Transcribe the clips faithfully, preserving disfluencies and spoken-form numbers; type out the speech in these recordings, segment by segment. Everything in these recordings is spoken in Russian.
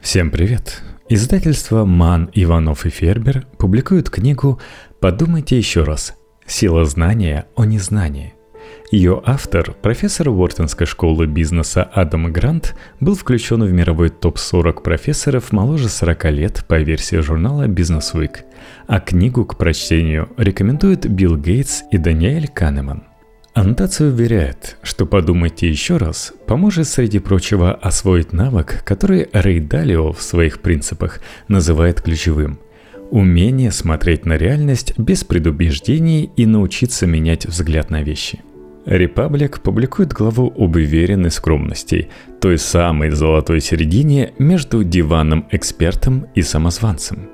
Всем привет! Издательство «Ман, Иванов и Фербер» публикует книгу «Подумайте еще раз. Сила знания о незнании». Ее автор, профессор Уортонской школы бизнеса Адам Грант, был включен в мировой топ сорок профессоров моложе сорока лет по версии журнала Business Week, а книгу к прочтению рекомендуют Билл Гейтс и Даниэль Канеман. Аннотация уверяет, что «подумайте еще раз» поможет, среди прочего, освоить навык, который Рэй Далио в своих принципах называет ключевым – умение смотреть на реальность без предубеждений и научиться менять взгляд на вещи. Republic публикует главу об уверенной скромности, той самой золотой середине между диванным-экспертом и самозванцем.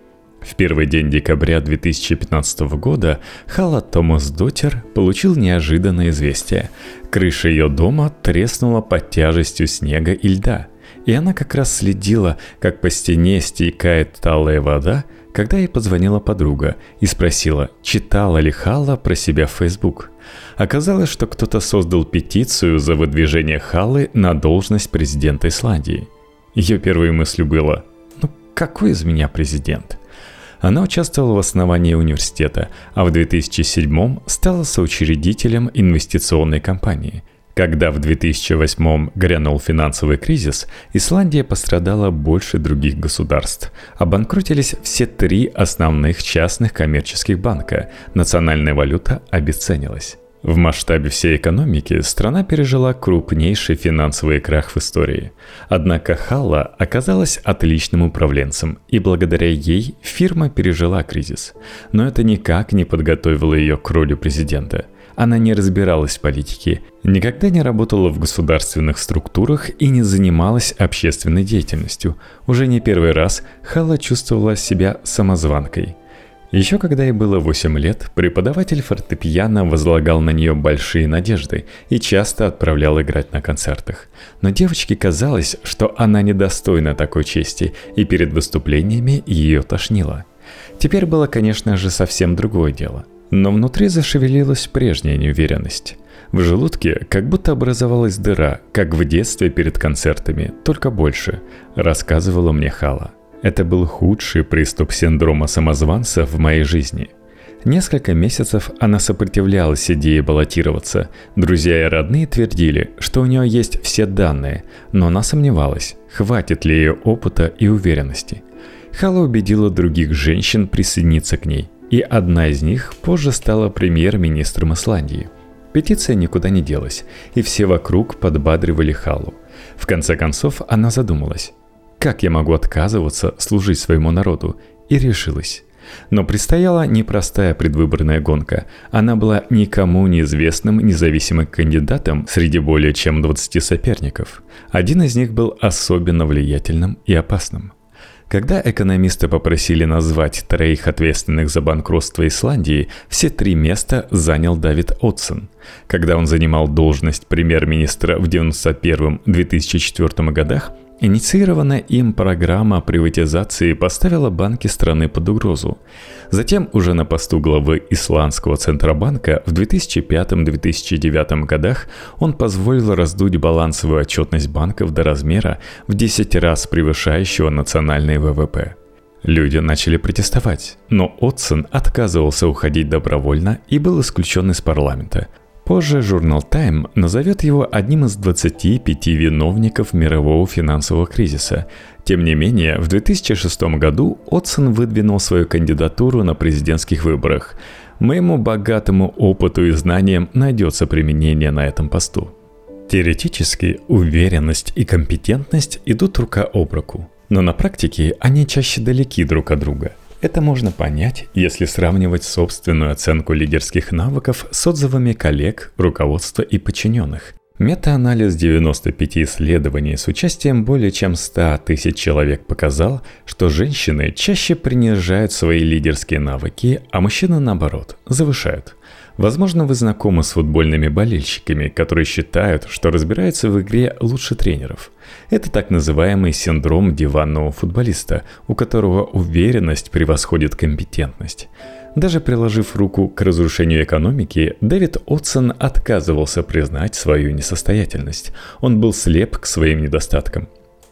В первый день декабря две тысячи пятнадцатого года Халла Томас-Доттер получил неожиданное известие. Крыша ее дома треснула под тяжестью снега и льда, и она как раз следила, как по стене стекает талая вода, когда ей позвонила подруга и спросила, читала ли Халла про себя в Facebook. Оказалось, что кто-то создал петицию за выдвижение Халлы на должность президента Исландии. Ее первой мыслью было: «Ну какой из меня президент?» Она участвовала в основании университета, а в две тысячи седьмом стала соучредителем инвестиционной компании. Когда в две тысячи восьмом грянул финансовый кризис, Исландия пострадала больше других государств. Обанкротились все три основных частных коммерческих банка, национальная валюта обесценилась. В масштабе всей экономики страна пережила крупнейший финансовый крах в истории. Однако Халла оказалась отличным управленцем, и благодаря ей фирма пережила кризис. Но это никак не подготовило ее к роли президента. Она не разбиралась в политике, никогда не работала в государственных структурах и не занималась общественной деятельностью. Уже не первый раз Халла чувствовала себя самозванкой. Еще когда ей было восемь лет, преподаватель фортепиано возлагал на нее большие надежды и часто отправлял играть на концертах. Но девочке казалось, что она недостойна такой чести, и перед выступлениями ее тошнило. Теперь было, конечно же, совсем другое дело. Но внутри зашевелилась прежняя неуверенность. В желудке как будто образовалась дыра, как в детстве перед концертами, только больше, рассказывала мне Халла. Это был худший приступ синдрома самозванца в моей жизни. Несколько месяцев она сопротивлялась идее баллотироваться. Друзья и родные твердили, что у нее есть все данные, но она сомневалась, хватит ли ее опыта и уверенности. Халла убедила других женщин присоединиться к ней, и одна из них позже стала премьер-министром Исландии. Петиция никуда не делась, и все вокруг подбадривали Халлу. В конце концов она задумалась: как я могу отказываться служить своему народу? И решилась. Но предстояла непростая предвыборная гонка. Она была никому неизвестным независимым кандидатом среди более чем двадцати соперников. Один из них был особенно влиятельным и опасным. Когда экономисты попросили назвать троих ответственных за банкротство Исландии, все три места занял Давид Оддсон. Когда он занимал должность премьер-министра в девяносто первом - две тысячи четвёртом годах, инициированная им программа приватизации поставила банки страны под угрозу. Затем уже на посту главы Исландского Центробанка в две тысячи пятом - две тысячи девятом годах он позволил раздуть балансовую отчетность банков до размера в десять раз превышающего национальный вэ вэ пэ. Люди начали протестовать, но Оддсон отказывался уходить добровольно и был исключен из парламента. Позже журнал Time назовет его одним из двадцати пяти виновников мирового финансового кризиса. Тем не менее, в две тысячи шестом году Оддсон выдвинул свою кандидатуру на президентских выборах. Моему богатому опыту и знаниям найдется применение на этом посту. Теоретически уверенность и компетентность идут рука об руку, но на практике они чаще далеки друг от друга. Это можно понять, если сравнивать собственную оценку лидерских навыков с отзывами коллег, руководства и подчиненных. Мета-анализ девяноста пяти исследований с участием более чем ста тысяч человек показал, что женщины чаще принижают свои лидерские навыки, а мужчины, наоборот, завышают. Возможно, вы знакомы с футбольными болельщиками, которые считают, что разбираются в игре лучше тренеров. Это так называемый синдром диванного футболиста, у которого уверенность превосходит компетентность. Даже приложив руку к разрушению экономики, Дэвид Оддсон отказывался признать свою несостоятельность. Он был слеп к своим недостаткам.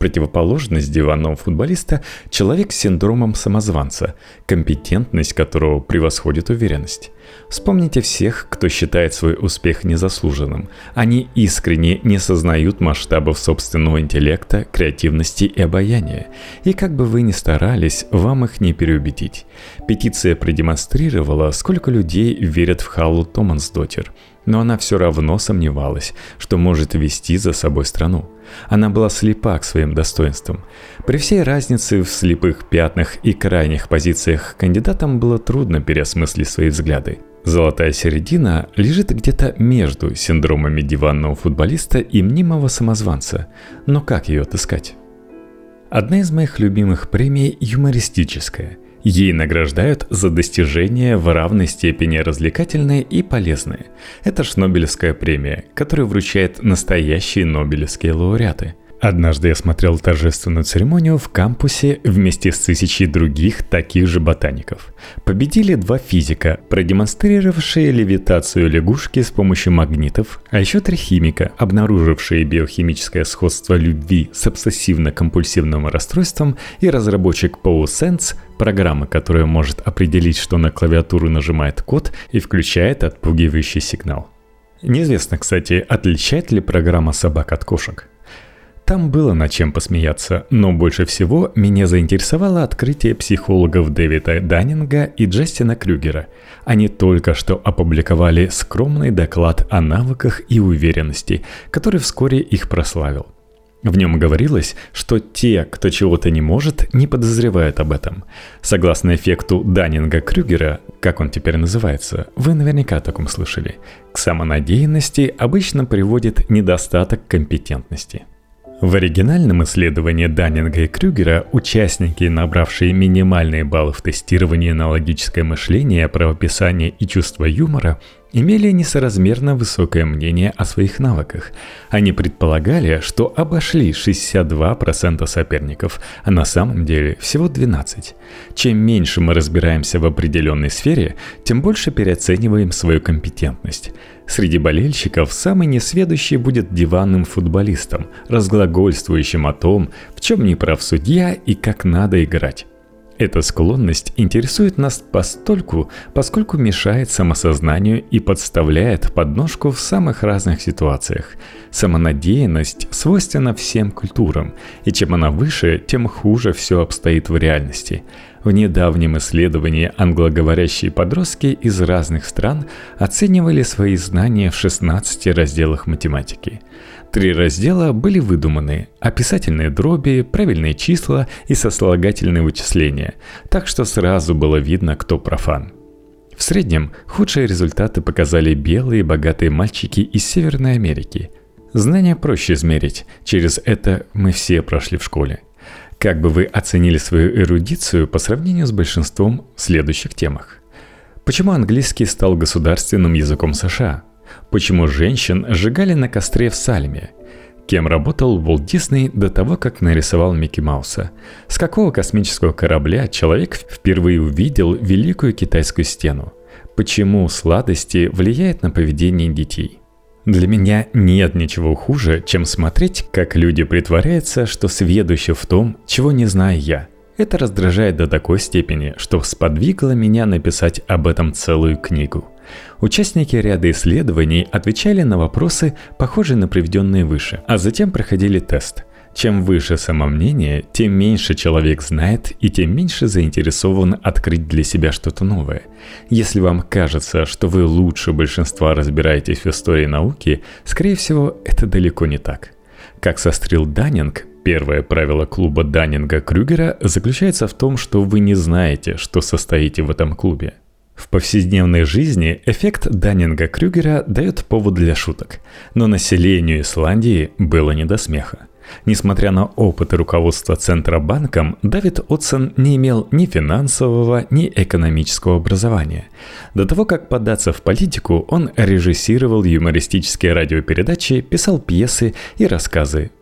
противоположность диванного футболиста – человек с синдромом самозванца, компетентность которого превосходит уверенность. Вспомните всех, кто считает свой успех незаслуженным. Они искренне не сознают масштабов собственного интеллекта, креативности и обаяния. И как бы вы ни старались, вам их не переубедить. Петиция продемонстрировала, сколько людей верят в Халлу Томансдоттир. Но она все равно сомневалась, что может вести за собой страну. Она была слепа к своим достоинствам. При всей разнице в слепых пятнах и крайних позициях кандидатам было трудно переосмыслить свои взгляды. Золотая середина лежит где-то между синдромами диванного футболиста и мнимого самозванца. Но как ее отыскать? Одна из моих любимых премий – юмористическая. Ей награждают за достижения в равной степени развлекательные и полезные. Это Шнобелевская премия, которую вручают настоящие нобелевские лауреаты. Однажды я смотрел торжественную церемонию в кампусе вместе с тысячей других таких же ботаников. Победили два физика, продемонстрировавшие левитацию лягушки с помощью магнитов, а еще три химика, обнаружившие биохимическое сходство любви с обсессивно-компульсивным расстройством, и разработчик PowerSense, программа, которая может определить, что на клавиатуру нажимает код и включает отпугивающий сигнал. Неизвестно, кстати, отличает ли программа собак от кошек. Там было над чем посмеяться, но больше всего меня заинтересовало открытие психологов Дэвида Даннинга и Джастина Крюгера. Они только что опубликовали скромный доклад о навыках и уверенности, который вскоре их прославил. В нем говорилось, что те, кто чего-то не может, не подозревают об этом. Согласно эффекту Даннинга-Крюгера, как он теперь называется, вы наверняка о таком слышали, к самонадеянности обычно приводит недостаток компетентности. В оригинальном исследовании Даннинга и Крюгера участники, набравшие минимальные баллы в тестировании на логическое мышление, правописание и чувство юмора, имели несоразмерно высокое мнение о своих навыках. Они предполагали, что обошли шестьдесят два процента соперников, а на самом деле всего двенадцать процентов. Чем меньше мы разбираемся в определенной сфере, тем больше переоцениваем свою компетентность. Среди болельщиков самый несведущий будет диванным футболистом, разглагольствующим о том, в чем не прав судья и как надо играть. Эта склонность интересует нас постольку, поскольку мешает самосознанию и подставляет подножку в самых разных ситуациях. Самонадеянность свойственна всем культурам, и чем она выше, тем хуже все обстоит в реальности. В недавнем исследовании англоговорящие подростки из разных стран оценивали свои знания в шестнадцати разделах математики. Три раздела были выдуманы – описательные дроби, правильные числа и сослагательные вычисления, так что сразу было видно, кто профан. В среднем худшие результаты показали белые богатые мальчики из Северной Америки. Знания проще измерить, через это мы все прошли в школе. Как бы вы оценили свою эрудицию по сравнению с большинством в следующих темах? Почему английский стал государственным языком США? Почему женщин сжигали на костре в Салеме? Кем работал Уолт Дисней до того, как нарисовал Микки Мауса? С какого космического корабля человек впервые увидел Великую Китайскую стену? Почему сладости влияют на поведение детей? Для меня нет ничего хуже, чем смотреть, как люди притворяются, что сведущи в том, чего не знаю я. Это раздражает до такой степени, что сподвигло меня написать об этом целую книгу. Участники ряда исследований отвечали на вопросы, похожие на приведенные выше, а затем проходили тест. Чем выше самомнение, тем меньше человек знает и тем меньше заинтересован открыть для себя что-то новое. Если вам кажется, что вы лучше большинства разбираетесь в истории науки, скорее всего, это далеко не так. Как сострил Даннинг, первое правило клуба Даннинга-Крюгера заключается в том, что вы не знаете, что состоите в этом клубе. В повседневной жизни эффект Даннинга-Крюгера дает повод для шуток, но населению Исландии было не до смеха. Несмотря на опыт руководства Центробанком, Давид Оддсон не имел ни финансового, ни экономического образования. До того, как податься в политику, он режиссировал юмористические радиопередачи, писал пьесы и рассказы,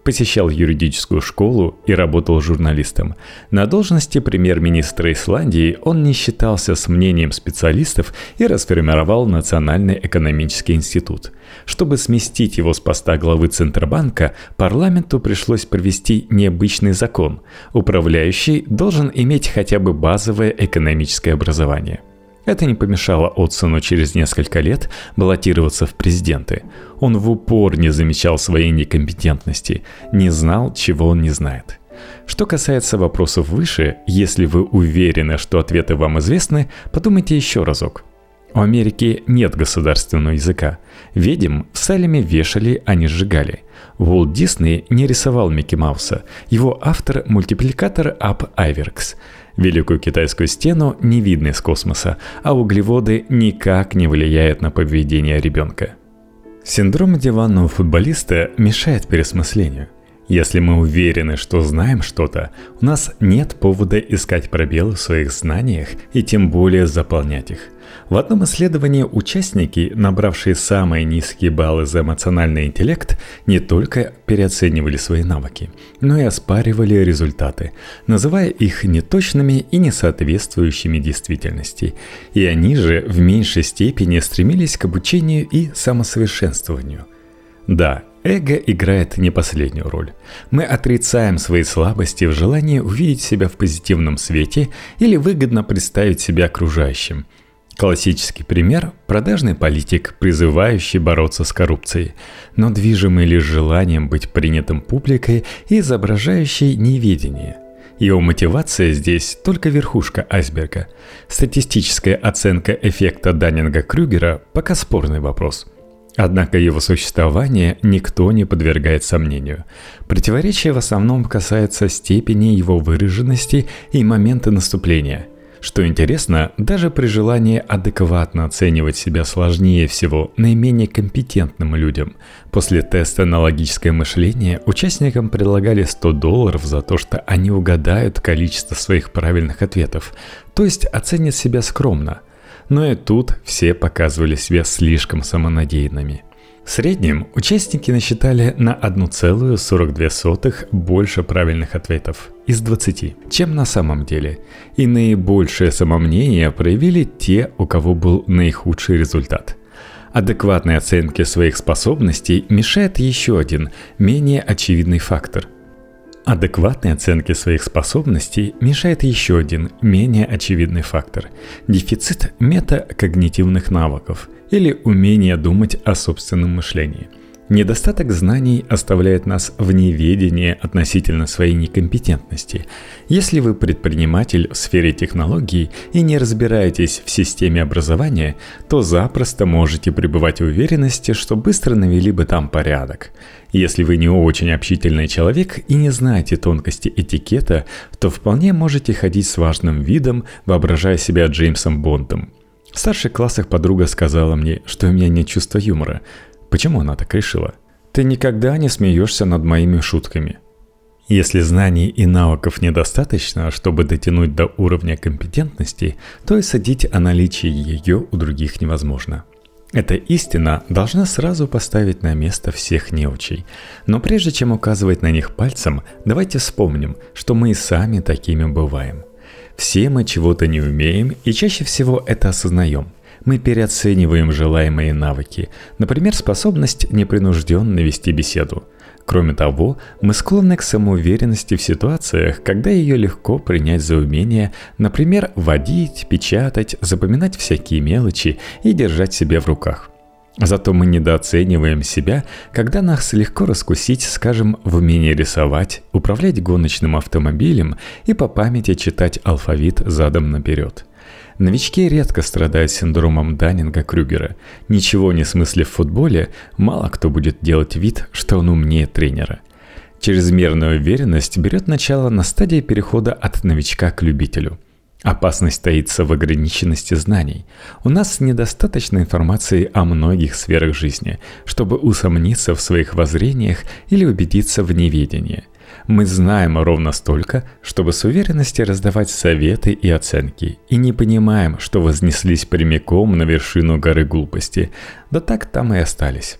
посещал юридическую школу и работал журналистом. На должности премьер-министра Исландии он не считался с мнением специалистов и расформировал Национальный экономический институт. Чтобы сместить его с поста главы Центробанка, парламенту пришлось провести необычный закон. Управляющий должен иметь хотя бы базовое экономическое образование. Это не помешало Одсону через несколько лет баллотироваться в президенты. Он в упор не замечал своей некомпетентности, не знал, чего он не знает. Что касается вопросов выше, если вы уверены, что ответы вам известны, подумайте еще разок. У Америки нет государственного языка. Ведьм в Салеме вешали, а не сжигали. Уолт Дисней не рисовал Микки Мауса. Его автор – мультипликатор Аб Айверкс. Великую китайскую стену не видно из космоса, а углеводы никак не влияют на поведение ребенка. Синдром диванного футболиста мешает переосмыслению. Если мы уверены, что знаем что-то, у нас нет повода искать пробелы в своих знаниях и тем более заполнять их. В одном исследовании участники, набравшие самые низкие баллы за эмоциональный интеллект, не только переоценивали свои навыки, но и оспаривали результаты, называя их неточными и несоответствующими действительности. И они же в меньшей степени стремились к обучению и самосовершенствованию. Да, эго играет не последнюю роль. Мы отрицаем свои слабости в желании увидеть себя в позитивном свете или выгодно представить себя окружающим. Классический пример – продажный политик, призывающий бороться с коррупцией, но движимый лишь желанием быть принятым публикой и изображающий неведение. Его мотивация здесь только верхушка айсберга. Статистическая оценка эффекта Даннинга-Крюгера – пока спорный вопрос. Однако его существование никто не подвергает сомнению. Противоречие в основном касается степени его выраженности и момента наступления. Что интересно, даже при желании адекватно оценивать себя сложнее всего наименее компетентным людям. После теста на логическое мышление участникам предлагали сто долларов за то, что они угадают количество своих правильных ответов, то есть оценят себя скромно. Но и тут все показывали себя слишком самонадеянными. В среднем участники насчитали на одна целая сорок две сотых больше правильных ответов из двадцати, чем на самом деле. И наибольшее самомнение проявили те, у кого был наихудший результат. Адекватной оценке своих способностей мешает еще один, менее очевидный фактор. Адекватной оценке своих способностей мешает еще один, менее очевидный фактор – дефицит метакогнитивных навыков или умение думать о собственном мышлении. Недостаток знаний оставляет нас в неведении относительно своей некомпетентности. Если вы предприниматель в сфере технологий и не разбираетесь в системе образования, то запросто можете пребывать в уверенности, что быстро навели бы там порядок. Если вы не очень общительный человек и не знаете тонкости этикета, то вполне можете ходить с важным видом, воображая себя Джеймсом Бондом. В старших классах подруга сказала мне, что у меня нет чувства юмора. Почему она так решила? Ты никогда не смеешься над моими шутками. Если знаний и навыков недостаточно, чтобы дотянуть до уровня компетентности, то и судить о наличии ее у других невозможно. Эта истина должна сразу поставить на место всех неучей. Но прежде чем указывать на них пальцем, давайте вспомним, что мы и сами такими бываем. Все мы чего-то не умеем, и чаще всего это осознаем. Мы переоцениваем желаемые навыки, например, способность непринужденно вести беседу. Кроме того, мы склонны к самоуверенности в ситуациях, когда ее легко принять за умение, например, водить, печатать, запоминать всякие мелочи и держать себя в руках. Зато мы недооцениваем себя, когда нас легко раскусить, скажем, в умении рисовать, управлять гоночным автомобилем и по памяти читать алфавит задом наперед. Новички редко страдают синдромом Даннинга-Крюгера. Ничего не смыслив в футболе, мало кто будет делать вид, что он умнее тренера. Чрезмерная уверенность берет начало на стадии перехода от новичка к любителю. Опасность таится в ограниченности знаний. У нас недостаточно информации о многих сферах жизни, чтобы усомниться в своих воззрениях или убедиться в неведении. Мы знаем ровно столько, чтобы с уверенностью раздавать советы и оценки, и не понимаем, что вознеслись прямиком на вершину горы глупости, да так там и остались.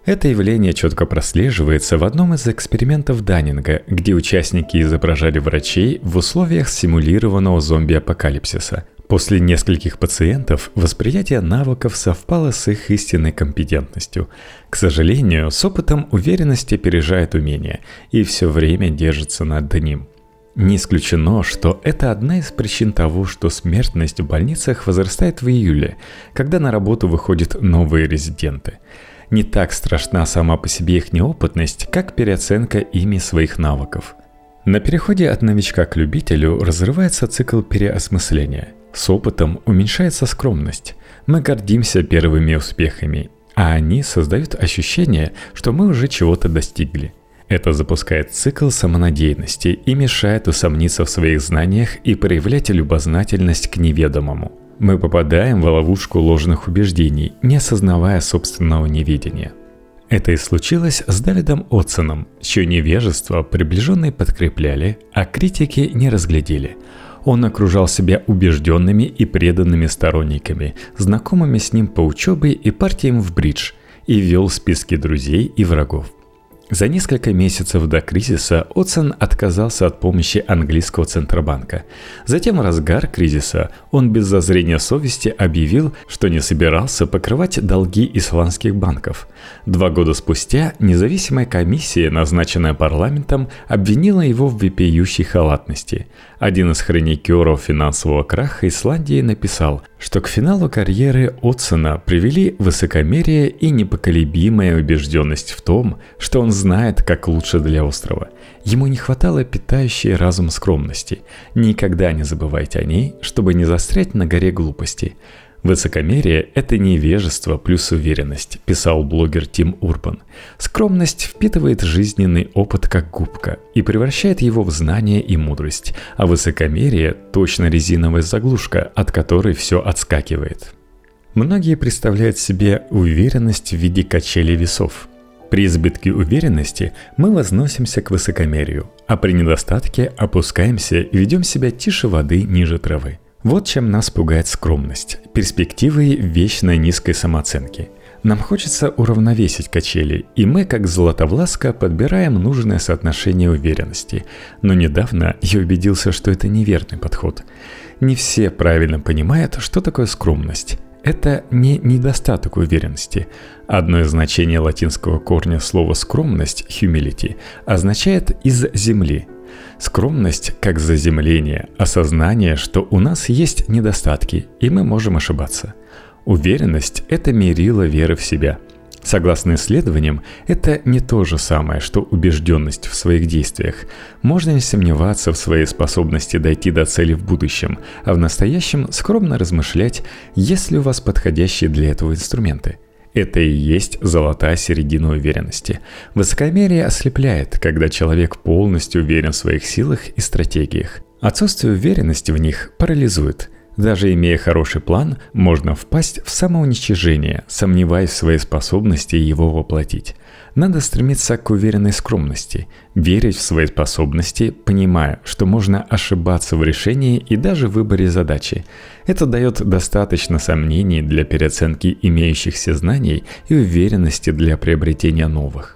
Это явление четко прослеживается в одном из экспериментов Даннинга, где участники изображали врачей в условиях симулированного зомби-апокалипсиса. После нескольких пациентов восприятие навыков совпало с их истинной компетентностью. К сожалению, с опытом уверенность опережает умение и все время держится над ним. Не исключено, что это одна из причин того, что смертность в больницах возрастает в июле, когда на работу выходят новые резиденты. Не так страшна сама по себе их неопытность, как переоценка ими своих навыков. На переходе от новичка к любителю разрывается цикл переосмысления. С опытом уменьшается скромность. Мы гордимся первыми успехами, а они создают ощущение, что мы уже чего-то достигли. Это запускает цикл самонадеянности и мешает усомниться в своих знаниях и проявлять любознательность к неведомому. Мы попадаем в ловушку ложных убеждений, не осознавая собственного неведения. Это и случилось с Давидом Одсоном, чье невежество приближенные подкрепляли, а критики не разглядели. Он окружал себя убежденными и преданными сторонниками, знакомыми с ним по учебе и партиям в бридж, и вел списки друзей и врагов. За несколько месяцев до кризиса Одсон отказался от помощи английского Центробанка. Затем в разгар кризиса он без зазрения совести объявил, что не собирался покрывать долги исландских банков. Два года спустя независимая комиссия, назначенная парламентом, обвинила его в вопиющей халатности. Один из хроникеров финансового краха Исландии написал, что к финалу карьеры Одсона привели высокомерие и непоколебимая убежденность в том, что он знает, как лучше для острова. Ему не хватало питающей разум скромности. Никогда не забывайте о ней, чтобы не застрять на горе глупости. «Высокомерие – это невежество плюс уверенность», – писал блогер Тим Урбан. Скромность впитывает жизненный опыт как губка и превращает его в знание и мудрость, а высокомерие – точно резиновая заглушка, от которой все отскакивает. Многие представляют себе уверенность в виде качели весов. При избытке уверенности мы возносимся к высокомерию, а при недостатке опускаемся и ведем себя тише воды ниже травы. Вот чем нас пугает скромность, перспективы вечно низкой самооценки. Нам хочется уравновесить качели, и мы, как златовласка, подбираем нужное соотношение уверенности. Но недавно я убедился, что это неверный подход. Не все правильно понимают, что такое скромность. Это не недостаток уверенности. Одно из значений латинского корня слова «скромность» humility означает «из земли». Скромность как заземление, осознание, что у нас есть недостатки, и мы можем ошибаться. Уверенность – это мерило веры в себя. Согласно исследованиям, это не то же самое, что убежденность в своих действиях. Можно не сомневаться в своей способности дойти до цели в будущем, а в настоящем скромно размышлять, есть ли у вас подходящие для этого инструменты. Это и есть золотая середина уверенности. Высокомерие ослепляет, когда человек полностью уверен в своих силах и стратегиях. Отсутствие уверенности в них парализует. Даже имея хороший план, можно впасть в самоуничижение, сомневаясь в своей способности его воплотить. Надо стремиться к уверенной скромности, верить в свои способности, понимая, что можно ошибаться в решении и даже в выборе задачи. Это дает достаточно сомнений для переоценки имеющихся знаний и уверенности для приобретения новых.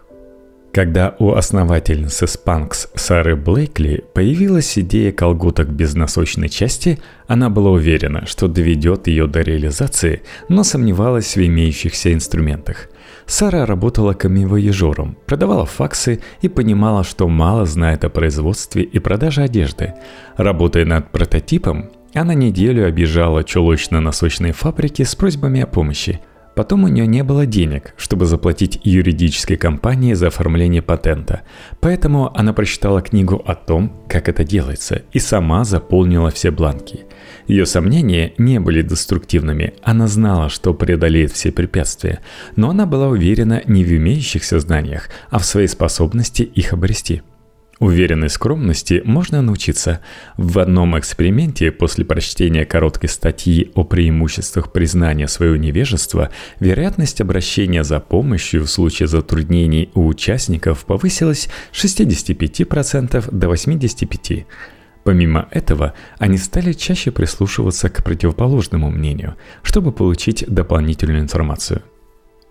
Когда у основательницы Spanx Сары Блейкли появилась идея колготок без носочной части, она была уверена, что доведет ее до реализации, но сомневалась в имеющихся инструментах. Сара работала камевояжером, продавала факсы и понимала, что мало знает о производстве и продаже одежды. Работая над прототипом, она неделю объезжала чулочно-носочные фабрики с просьбами о помощи. Потом у нее не было денег, чтобы заплатить юридической компании за оформление патента. Поэтому она прочитала книгу о том, как это делается, и сама заполнила все бланки. Ее сомнения не были деструктивными, она знала, что преодолеет все препятствия, но она была уверена не в имеющихся знаниях, а в своей способности их обрести. Уверенной скромности можно научиться. В одном эксперименте после прочтения короткой статьи о преимуществах признания своего невежества вероятность обращения за помощью в случае затруднений у участников повысилась с шестидесяти пяти процентов до восьмидесяти пяти процентов. Помимо этого, они стали чаще прислушиваться к противоположному мнению, чтобы получить дополнительную информацию.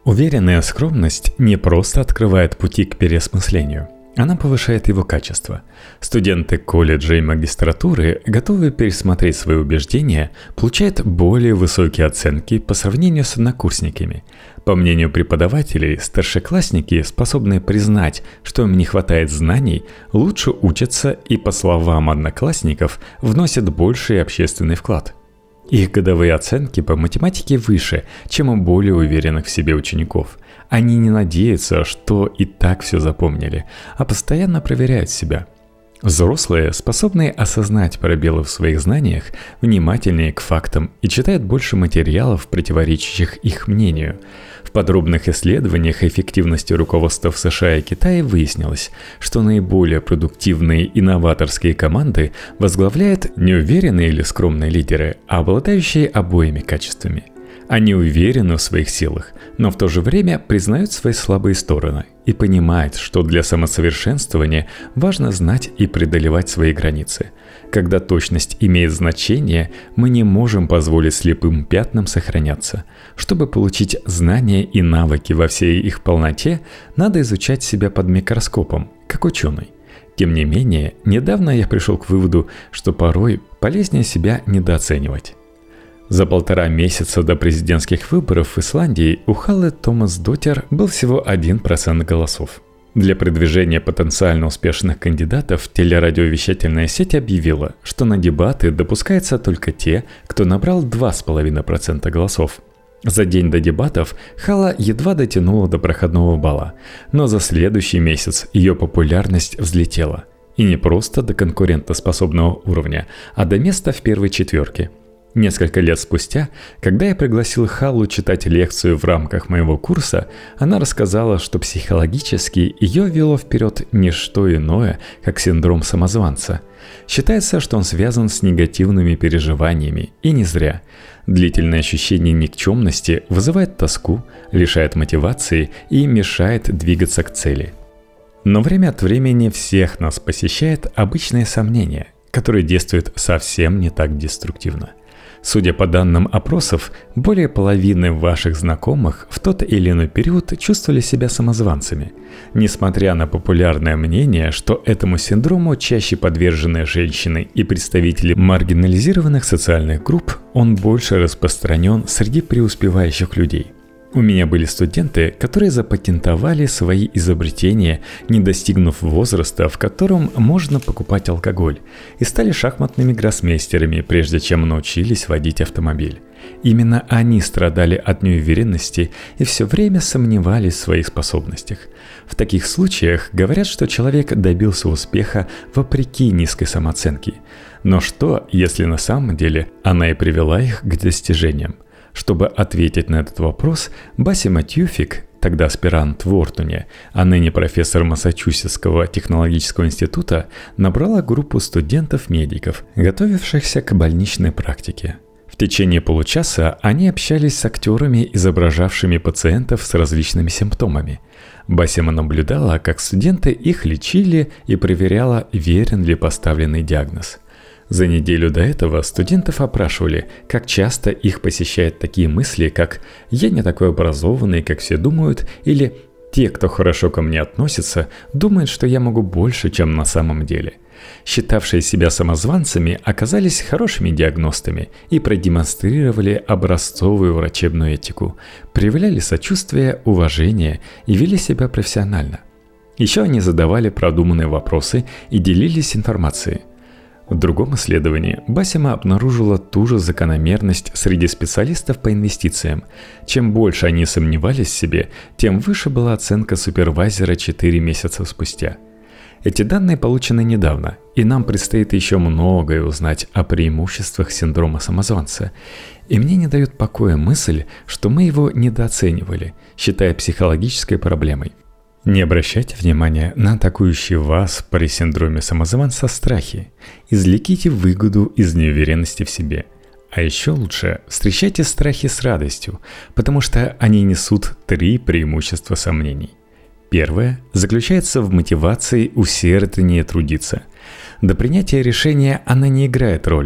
Уверенная скромность не просто открывает пути к переосмыслению, она повышает его качество. Студенты колледжа и магистратуры, готовые пересмотреть свои убеждения, получают более высокие оценки по сравнению с однокурсниками. По мнению преподавателей, старшеклассники, способные признать, что им не хватает знаний, лучше учатся и, по словам одноклассников, вносят больший общественный вклад. Их годовые оценки по математике выше, чем у более уверенных в себе учеников. Они не надеются, что и так все запомнили, а постоянно проверяют себя. Взрослые, способные осознать пробелы в своих знаниях, внимательнее к фактам и читают больше материалов, противоречащих их мнению. В подробных исследованиях эффективности руководства в США и Китае выяснилось, что наиболее продуктивные и новаторские команды возглавляют не уверенные или скромные лидеры, а обладающие обоими качествами. Они уверены в своих силах, но в то же время признают свои слабые стороны и понимают, что для самосовершенствования важно знать и преодолевать свои границы. Когда точность имеет значение, мы не можем позволить слепым пятнам сохраняться. Чтобы получить знания и навыки во всей их полноте, надо изучать себя под микроскопом, как ученый. Тем не менее, недавно я пришел к выводу, что порой полезнее себя недооценивать. За полтора месяца до президентских выборов в Исландии у Халлы Томасдоттир был всего один процент голосов. Для продвижения потенциально успешных кандидатов телерадиовещательная сеть объявила, что на дебаты допускаются только те, кто набрал два с половиной процента голосов. За день до дебатов Халла едва дотянула до проходного балла, но за следующий месяц ее популярность взлетела. И не просто до конкурентоспособного уровня, а до места в первой четверке. Несколько лет спустя, когда я пригласил Халлу читать лекцию в рамках моего курса, она рассказала, что психологически ее вело вперед не что иное, как синдром самозванца. Считается, что он связан с негативными переживаниями, и не зря. Длительное ощущение никчемности вызывает тоску, лишает мотивации и мешает двигаться к цели. Но время от времени всех нас посещает обычное сомнение, которое действует совсем не так деструктивно. Судя по данным опросов, более половины ваших знакомых в тот или иной период чувствовали себя самозванцами. Несмотря на популярное мнение, что этому синдрому чаще подвержены женщины и представители маргинализированных социальных групп, он больше распространен среди преуспевающих людей. У меня были студенты, которые запатентовали свои изобретения, не достигнув возраста, в котором можно покупать алкоголь, и стали шахматными гроссмейстерами, прежде чем научились водить автомобиль. Именно они страдали от неуверенности и все время сомневались в своих способностях. В таких случаях говорят, что человек добился успеха вопреки низкой самооценке. Но что, если на самом деле она и привела их к достижениям? Чтобы ответить на этот вопрос, Басима Тьюфик, тогда аспирант в Уортоне, а ныне профессор Массачусетского технологического института, набрала группу студентов-медиков, готовившихся к больничной практике. В течение получаса они общались с актерами, изображавшими пациентов с различными симптомами. Басима наблюдала, как студенты их лечили, и проверяла, верен ли поставленный диагноз. За неделю до этого студентов опрашивали, как часто их посещают такие мысли, как «я не такой образованный, как все думают», или «те, кто хорошо ко мне относится, думают, что я могу больше, чем на самом деле». Считавшие себя самозванцами оказались хорошими диагностами и продемонстрировали образцовую врачебную этику, проявляли сочувствие, уважение и вели себя профессионально. Еще они задавали продуманные вопросы и делились информацией. В другом исследовании Басима обнаружила ту же закономерность среди специалистов по инвестициям. Чем больше они сомневались в себе, тем выше была оценка супервайзера четыре месяца спустя. Эти данные получены недавно, и нам предстоит еще многое узнать о преимуществах синдрома самозванца. И мне не дает покоя мысль, что мы его недооценивали, считая психологической проблемой. Не обращайте внимания на атакующие вас при синдроме самозванца страхи. Извлеките выгоду из неуверенности в себе. А еще лучше встречайте страхи с радостью, потому что они несут три преимущества сомнений. Первое заключается в мотивации усерднее трудиться. До принятия решения она не играет роли.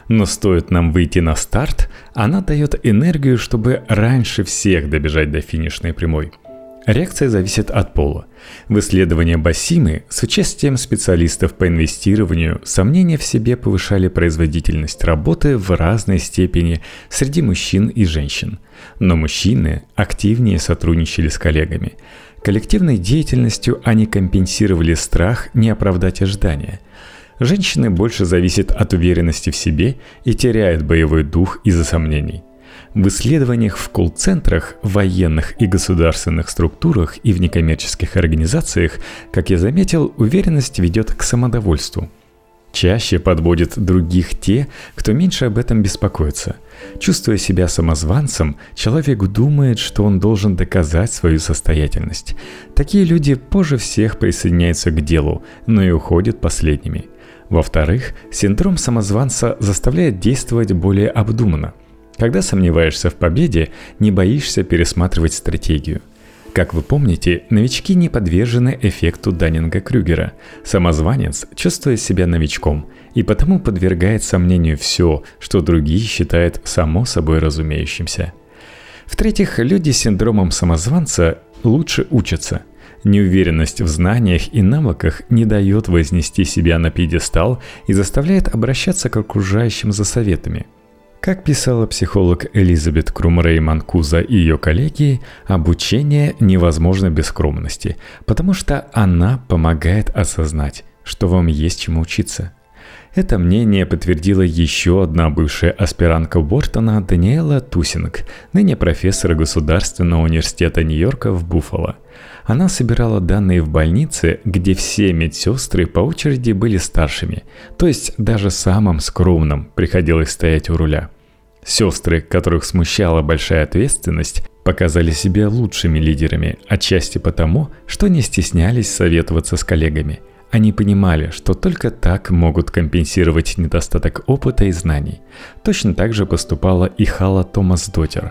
Но стоит нам выйти на старт, она дает энергию, чтобы раньше всех добежать до финишной прямой. Реакция зависит от пола. В исследовании Басимы с участием специалистов по инвестированию сомнения в себе повышали производительность работы в разной степени среди мужчин и женщин. Но мужчины активнее сотрудничали с коллегами. Коллективной деятельностью они компенсировали страх не оправдать ожидания. Женщины больше зависят от уверенности в себе и теряют боевой дух из-за сомнений. В исследованиях в колл-центрах, военных и государственных структурах и в некоммерческих организациях, как я заметил, уверенность ведет к самодовольству. Чаще подводят других те, кто меньше об этом беспокоится. Чувствуя себя самозванцем, человек думает, что он должен доказать свою состоятельность. Такие люди позже всех присоединяются к делу, но и уходят последними. Во-вторых, синдром самозванца заставляет действовать более обдуманно. Когда сомневаешься в победе, не боишься пересматривать стратегию. Как вы помните, новички не подвержены эффекту Даннинга-Крюгера. Самозванец чувствует себя новичком и потому подвергает сомнению все, что другие считают само собой разумеющимся. В-третьих, люди с синдромом самозванца лучше учатся. Неуверенность в знаниях и навыках не дает вознести себя на пьедестал и заставляет обращаться к окружающим за советами. Как писала психолог Элизабет Крумрей-Манкуза и ее коллеги, обучение невозможно без скромности, потому что она помогает осознать, что вам есть чему учиться. Это мнение подтвердила еще одна бывшая аспирантка Уортона Даниэла Тусинг, ныне профессор Государственного университета Нью-Йорка в Буффало. Она собирала данные в больнице, где все медсестры по очереди были старшими, то есть даже самым скромным приходилось стоять у руля. Сестры, которых смущала большая ответственность, показали себя лучшими лидерами, отчасти потому, что не стеснялись советоваться с коллегами. Они понимали, что только так могут компенсировать недостаток опыта и знаний. Точно так же поступала и Хала Томас-Доттер.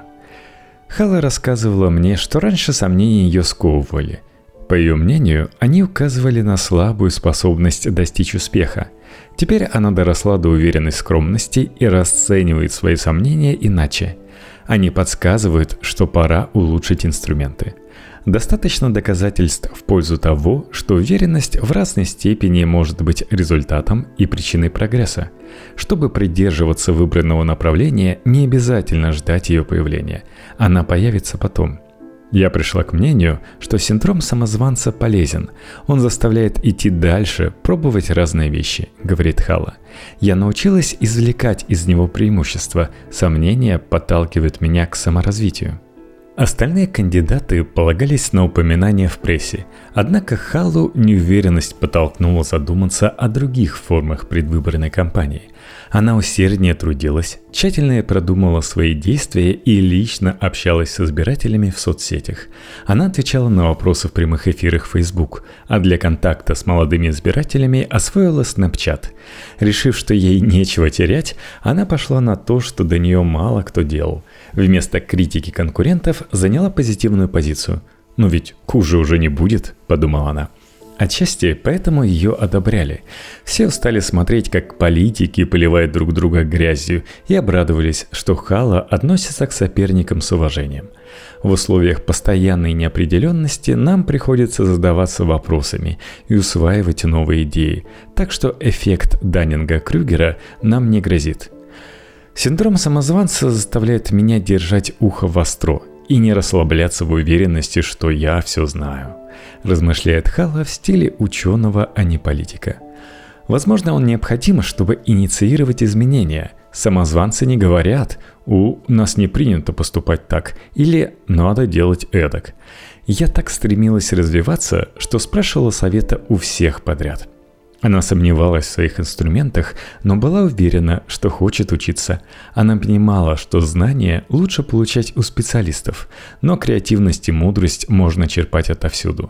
Хала рассказывала мне, что раньше сомнения ее сковывали. По ее мнению, они указывали на слабую способность достичь успеха. Теперь она доросла до уверенной скромности и расценивает свои сомнения иначе. Они подсказывают, что пора улучшить инструменты. Достаточно доказательств в пользу того, что уверенность в разной степени может быть результатом и причиной прогресса. Чтобы придерживаться выбранного направления, не обязательно ждать ее появления. Она появится потом. Я пришла к мнению, что синдром самозванца полезен. Он заставляет идти дальше, пробовать разные вещи, говорит Хала. Я научилась извлекать из него преимущества. Сомнения подталкивают меня к саморазвитию. Остальные кандидаты полагались на упоминания в прессе, однако Халу неуверенность подтолкнула задуматься о других формах предвыборной кампании. Она усерднее трудилась, тщательно продумала свои действия и лично общалась с избирателями в соцсетях. Она отвечала на вопросы в прямых эфирах Facebook, а для контакта с молодыми избирателями освоила Snapchat. Решив, что ей нечего терять, она пошла на то, что до нее мало кто делал. Вместо критики конкурентов заняла позитивную позицию. «Ну ведь хуже уже не будет», — подумала она. Отчасти поэтому ее одобряли. Все стали смотреть, как политики поливают друг друга грязью, и обрадовались, что Хала относится к соперникам с уважением. В условиях постоянной неопределенности нам приходится задаваться вопросами и усваивать новые идеи, так что эффект Даннинга-Крюгера нам не грозит. Синдром самозванца заставляет меня держать ухо востро и не расслабляться в уверенности, что я все знаю, размышляет Хала в стиле ученого, а не политика. Возможно, он необходим, чтобы инициировать изменения. Самозванцы не говорят «У нас не принято поступать так» или «надо делать эдак». Я так стремилась развиваться, что спрашивала совета у всех подряд. Она сомневалась в своих инструментах, но была уверена, что хочет учиться. Она понимала, что знания лучше получать у специалистов, но креативность и мудрость можно черпать отовсюду.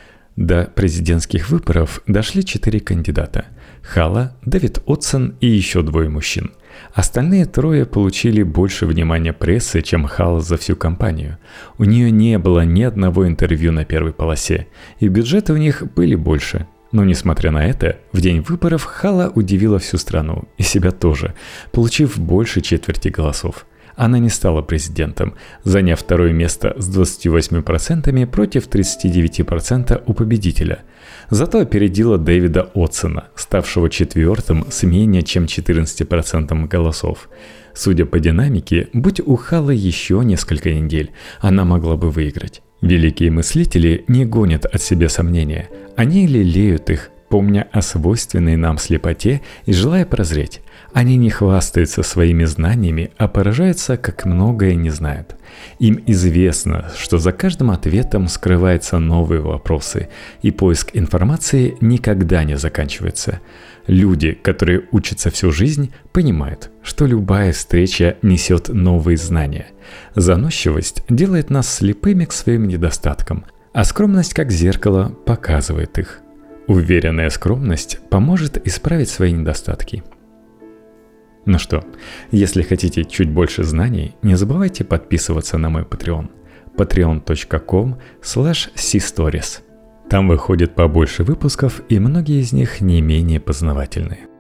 До президентских выборов дошли четыре кандидата – Хала, Дэвид Отсон и еще двое мужчин. Остальные трое получили больше внимания прессы, чем Хала за всю кампанию. У нее не было ни одного интервью на первой полосе, и бюджеты у них были больше. Но несмотря на это, в день выборов Хала удивила всю страну, и себя тоже, получив больше четверти голосов. Она не стала президентом, заняв второе место с двадцатью восьмью процентами против тридцати девяти процентов у победителя. Зато опередила Дэвида Отсона, ставшего четвертым с менее чем четырнадцатью процентами голосов. Судя по динамике, будь у Халы еще несколько недель, она могла бы выиграть. Великие мыслители не гонят от себя сомнения, они лелеют их, помня о свойственной нам слепоте и желая прозреть. Они не хвастаются своими знаниями, а поражаются, как многое не знают. Им известно, что за каждым ответом скрываются новые вопросы, и поиск информации никогда не заканчивается. Люди, которые учатся всю жизнь, понимают, что любая встреча несет новые знания. Заносчивость делает нас слепыми к своим недостаткам, а скромность, как зеркало, показывает их. Уверенная скромность поможет исправить свои недостатки. Ну что, если хотите чуть больше знаний, не забывайте подписываться на мой Patreon. patreon точка com слэш си сторис. Там выходит побольше выпусков, и многие из них не менее познавательные.